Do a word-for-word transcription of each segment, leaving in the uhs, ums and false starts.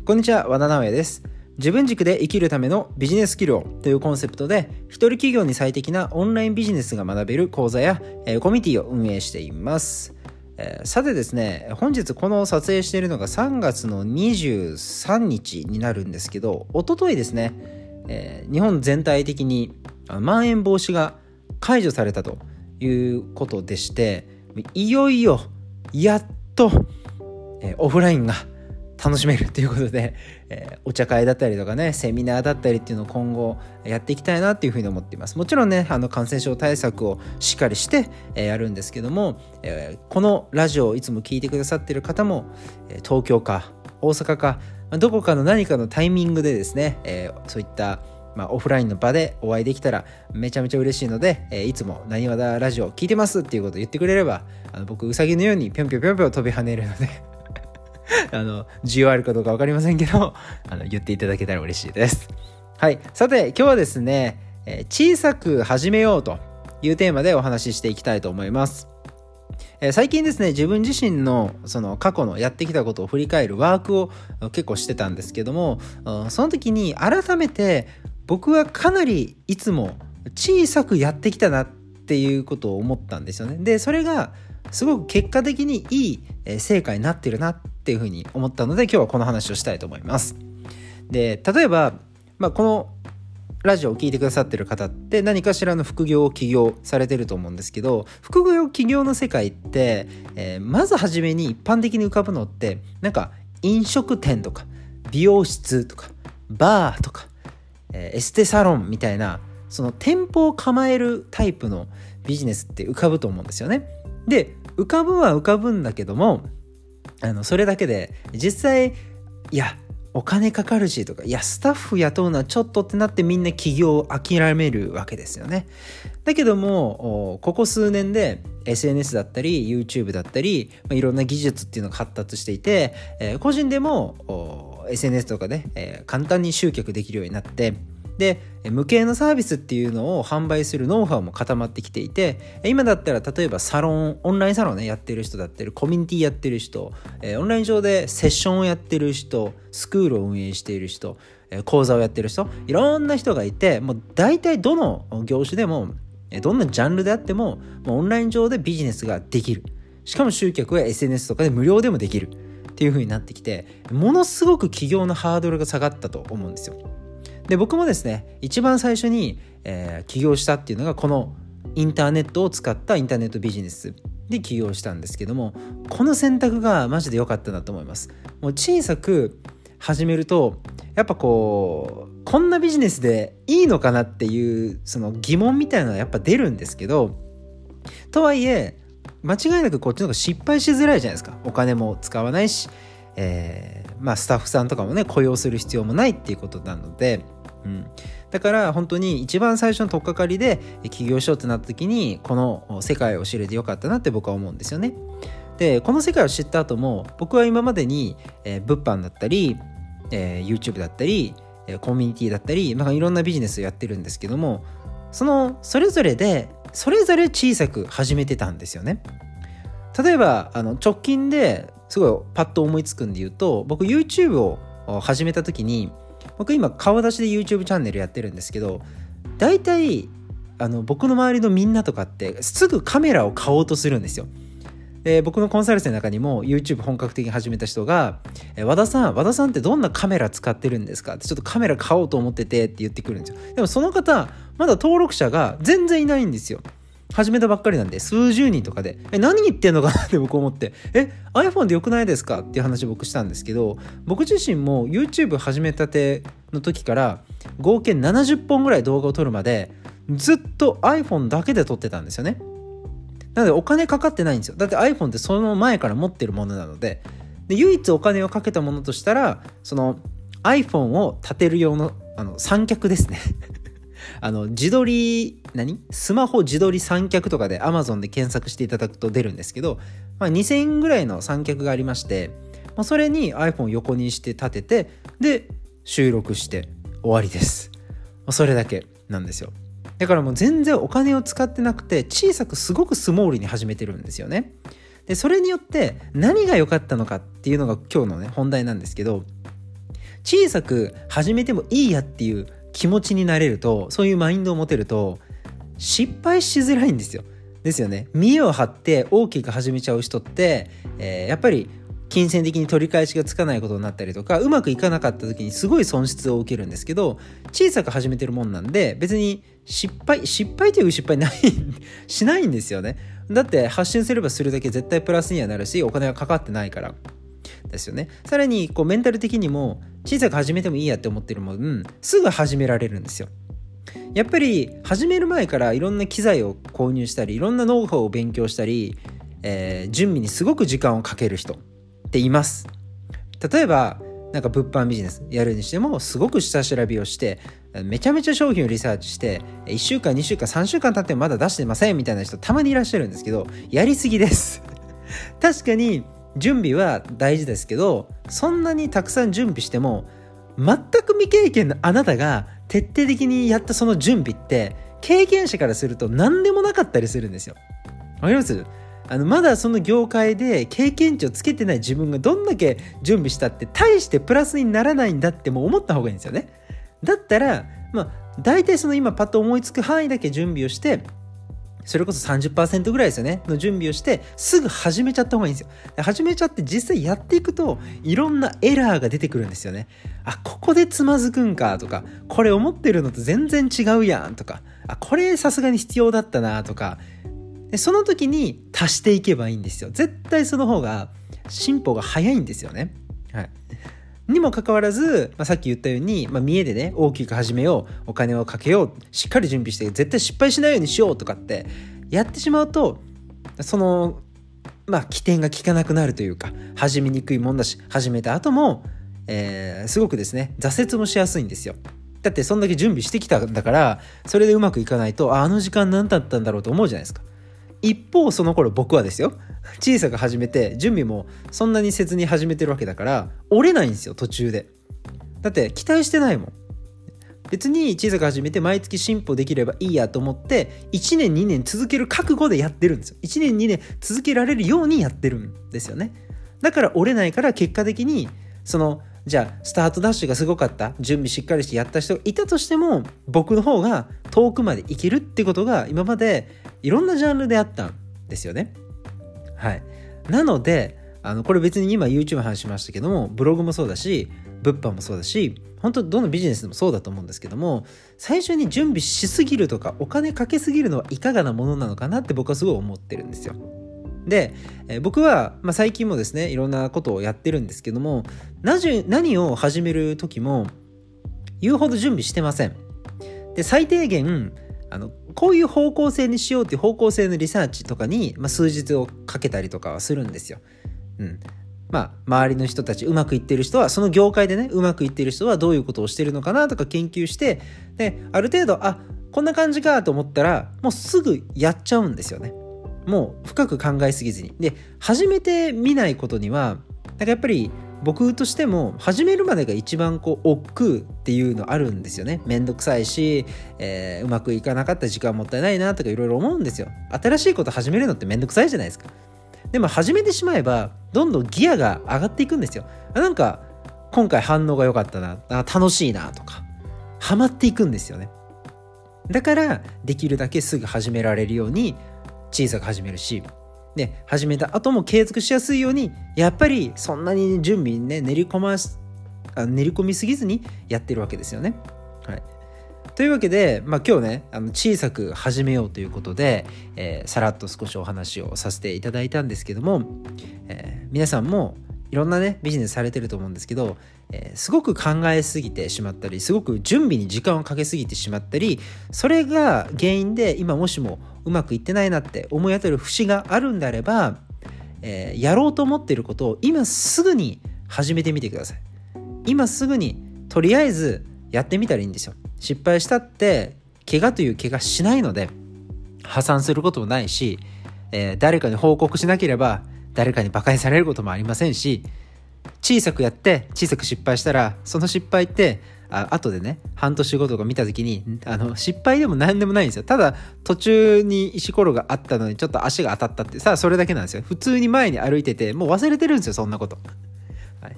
こんにちは、和田直也です。自分軸で生きるためのビジネススキルをというコンセプトで、一人企業に最適なオンラインビジネスが学べる講座や、えー、コミュニティを運営しています。えー、さてですね、本日この撮影しているのがさんがつのにじゅうさんにちになるんですけど、一昨日ですね、えー、日本全体的にまん延防止が解除されたということでして、いよいよやっと、えー、オフラインが楽しめるということで、えー、お茶会だったりとかね、セミナーだったりっていうのを今後やっていきたいなっていうふうに思っています。もちろんね、あの感染症対策をしっかりして、えー、やるんですけども、えー、このラジオをいつも聞いてくださっている方も、えー、東京か大阪かどこかの何かのタイミングでですね、えー、そういったまあ、オフラインの場でお会いできたらめちゃめちゃ嬉しいので、えー、いつもなにわだラジオ聞いてますっていうことを言ってくれれば、あの僕うさぎのようにぴょんぴょんぴょんぴょん飛び跳ねるのであの需要あるかどうか分かりませんけど、あの言っていただけたら嬉しいです。はい、さて今日はですね、えー、小さく始めようというテーマでお話ししていきたいと思います。えー、最近ですね、自分自身のその過去のやってきたことを振り返るワークを結構してたんですけども、その時に改めて僕はかなりいつも小さくやってきたなっていうことを思ったんですよね。で、それがすごく結果的にいい成果になってるなっていうふうに思ったので、今日はこの話をしたいと思います。で、例えば、まあ、このラジオを聞いてくださってる方って何かしらの副業を起業されてると思うんですけど、副業起業の世界って、えー、まず初めに一般的に浮かぶのってなんか飲食店とか美容室とかバーとかエステサロンみたいな、その店舗を構えるタイプのビジネスって浮かぶと思うんですよね。で、浮かぶは浮かぶんだけども、あのそれだけで実際、いやお金かかるしとか、いやスタッフ雇うのはちょっとってなってみんな起業を諦めるわけですよね。だけどもここ数年で エスエヌエス だったり YouTube だったり、まあ、いろんな技術っていうのが発達していて、えー、個人でも エスエヌエス とかで、えー、簡単に集客できるようになって、で無形のサービスっていうのを販売するノウハウも固まってきていて、今だったら例えばサロンオンラインサロンねやってる人だったり、コミュニティやってる人、オンライン上でセッションをやってる人、スクールを運営している人、講座をやってる人、いろんな人がいて、もう大体どの業種でもどんなジャンルであっても、もうオンライン上でビジネスができる。しかも集客は エスエヌエス とかで無料でもできるっていう風になってきて、ものすごく起業のハードルが下がったと思うんですよ。で、僕もですね、一番最初に、えー、起業したっていうのがこのインターネットを使ったインターネットビジネスで起業したんですけども、この選択がマジで良かったなと思います。もう小さく始めるとやっぱこうこんなビジネスでいいのかなっていうその疑問みたいなのはやっぱ出るんですけど、とはいえ間違いなくこっちの方が失敗しづらいじゃないですか。お金も使わないし、えーまあ、スタッフさんとかもね雇用する必要もないっていうことなので、うん、だから本当に一番最初の取っかかりで起業しようってなった時にこの世界を知れてよかったなって僕は思うんですよね。で、この世界を知った後も僕は今までに、えー、物販だったり、えー、YouTube だったり、えー、コミュニティだったり、なんかいろんなビジネスをやってるんですけども、そのそれぞれでそれぞれ小さく始めてたんですよね。例えばあの直近ですごいパッと思いつくんで言うと、僕 YouTube を始めた時に、僕今顔出しで YouTube チャンネルやってるんですけど、大体あの僕の周りのみんなとかってすぐカメラを買おうとするんですよ。で、僕のコンサル生の中にも YouTube 本格的に始めた人が、え和田さん和田さんってどんなカメラ使ってるんですかって、ちょっとカメラ買おうと思っててって言ってくるんですよ。でもその方まだ登録者が全然いないんですよ。始めたばっかりなんで、数十人とかで、え何言ってんのかなって僕思って、え iPhone でよくないですかっていう話を僕したんですけど、僕自身も YouTube 始めたての時から合計ななじゅっぽんぐらい動画を撮るまでずっと iPhone だけで撮ってたんですよね。なのでお金かかってないんですよ。だって iPhone ってその前から持ってるものなので、で唯一お金をかけたものとしたら、その iPhone を立てる用のあの三脚ですねあの自撮り何スマホ自撮り三脚とかで Amazon で検索していただくと出るんですけど、まあ、にせんえんぐらいの三脚がありまして、まあ、それに iPhone を横にして立てて、で収録して終わりです。まあ、それだけなんですよ。だからもう全然お金を使ってなくて、小さくすごくスモールに始めてるんですよね。でそれによって何が良かったのかっていうのが今日のね本題なんですけど、 小さく始めてもいいやっていう気持ちになれると、そういうマインドを持てると失敗しづらいんですよ。ですよね。見栄を張って大きく始めちゃう人って、えー、やっぱり金銭的に取り返しがつかないことになったりとか、うまくいかなかった時にすごい損失を受けるんですけど、小さく始めてるもんなんで別に失敗失敗という失敗ないしないんですよね。だって発信すればするだけ絶対プラスにはなるし、お金がかかってないからですよね。さらにこうメンタル的にも小さく始めてもいいやって思ってるもん、うん、すぐ始められるんですよ。やっぱり始める前からいろんな機材を購入したり、いろんなノウハウを勉強したり、えー、準備にすごく時間をかける人っています。例えばなんか物販ビジネスやるにしてもすごく下調べをしてめちゃめちゃ商品をリサーチしていっしゅうかんにしゅうかんさんしゅうかん経ってもまだ出してませんみたいな人たまにいらっしゃるんですけど、やりすぎです確かに準備は大事ですけど、そんなにたくさん準備しても全く未経験のあなたが徹底的にやったその準備って経験者からすると何でもなかったりするんですよ。わかります？あのまだその業界で経験値をつけてない自分がどんだけ準備したって大してプラスにならないんだってもう思った方がいいんですよね。だったらまあ大体その今パッと思いつく範囲だけ準備をして、それこそ さんじゅっパーセント ぐらいですよねの準備をしてすぐ始めちゃった方がいいんですよ。始めちゃって実際やっていくといろんなエラーが出てくるんですよね。あ、ここでつまずくんかとか、これ思ってるのと全然違うやんとか、あ、これさすがに必要だったなとか、でその時に足していけばいいんですよ。絶対その方が進歩が早いんですよね。はい。にもかかわらず、まあ、さっき言ったように、まあ、見栄でね大きく始めよう、お金をかけよう、しっかり準備して絶対失敗しないようにしようとかってやってしまうと、そのまあ起点が効かなくなるというか、始めにくいもんだし、始めた後も、えー、すごくですね挫折もしやすいんですよ。だってそんだけ準備してきたんだから、それでうまくいかないと あ, あの時間何だったんだろうと思うじゃないですか。一方その頃僕はですよ、小さく始めて準備もそんなにせずに始めてるわけだから折れないんですよ途中で。だって期待してないもん。別に小さく始めて毎月進歩できればいいやと思っていちねんにねん続ける覚悟でやってるんですよ。いちねんにねん続けられるようにやってるんですよね。だから折れないから、結果的にそのじゃあスタートダッシュがすごかった、準備しっかりしてやった人がいたとしても僕の方が遠くまでいけるってことが今までいろんなジャンルであったんですよね。はい。なのであのこれ別に今 YouTube の話しましたけども、ブログもそうだし物販もそうだし、本当どのビジネスでもそうだと思うんですけども、最初に準備しすぎるとかお金かけすぎるのはいかがなものなのかなって僕はすごい思ってるんですよ。で、えー、僕は、まあ、最近もですねいろんなことをやってるんですけども、なぜ何を始める時も言うほど準備してません。で、最低限あのこういう方向性にしようっていう方向性のリサーチとかに、まあ、数日をかけたりとかはするんですよ。うん。まあ周りの人たち、うまくいってる人はその業界でねうまくいってる人はどういうことをしてるのかなとか研究して、である程度あこんな感じかと思ったらもうすぐやっちゃうんですよね。もう深く考えすぎずに。で、始めてみないことにはなんかやっぱり僕としても始めるまでが一番こう億劫っていうのあるんですよね。めんどくさいし、えー、うまくいかなかった時間もったいないなとかいろいろ思うんですよ。新しいこと始めるのってめんどくさいじゃないですか。でも始めてしまえばどんどんギアが上がっていくんですよ。なんか今回反応が良かったな、楽しいなとかハマっていくんですよね。だからできるだけすぐ始められるように小さく始めるし、で始めた後も継続しやすいようにやっぱりそんなに準備にね練り込ましあ練り込みすぎずにやってるわけですよね。はい。というわけで、まあ、今日ねあの小さく始めようということで、えー、さらっと少しお話をさせていただいたんですけども、えー、皆さんもいろんなねビジネスされてると思うんですけど、えー、すごく考えすぎてしまったり、すごく準備に時間をかけすぎてしまったり、それが原因で今もしもうまくいってないなって思い当たる節があるんであれば、えー、やろうと思っていることを今すぐに始めてみてください。今すぐにとりあえずやってみたらいいんですよ。失敗したって怪我という怪我しないので破産することもないし、えー、誰かに報告しなければ誰かに馬鹿にされることもありませんし、小さくやって小さく失敗したらその失敗ってあ後でね半年後とか見た時にあの失敗でも何でもないんですよ。ただ途中に石ころがあったのにちょっと足が当たったってさあそれだけなんですよ。普通に前に歩いててもう忘れてるんですよそんなこと、はい、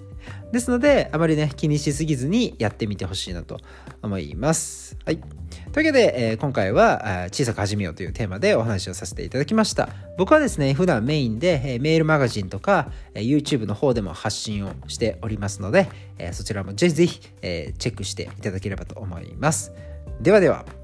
ですので、あまりね、気にしすぎずにやってみてほしいなと思います。はい。というわけで、えー、今回は小さく始めようというテーマでお話をさせていただきました。僕はですね、普段メインで、えー、メールマガジンとか、えー、YouTube の方でも発信をしておりますので、えー、そちらもぜひぜひ、えー、チェックしていただければと思います。ではでは。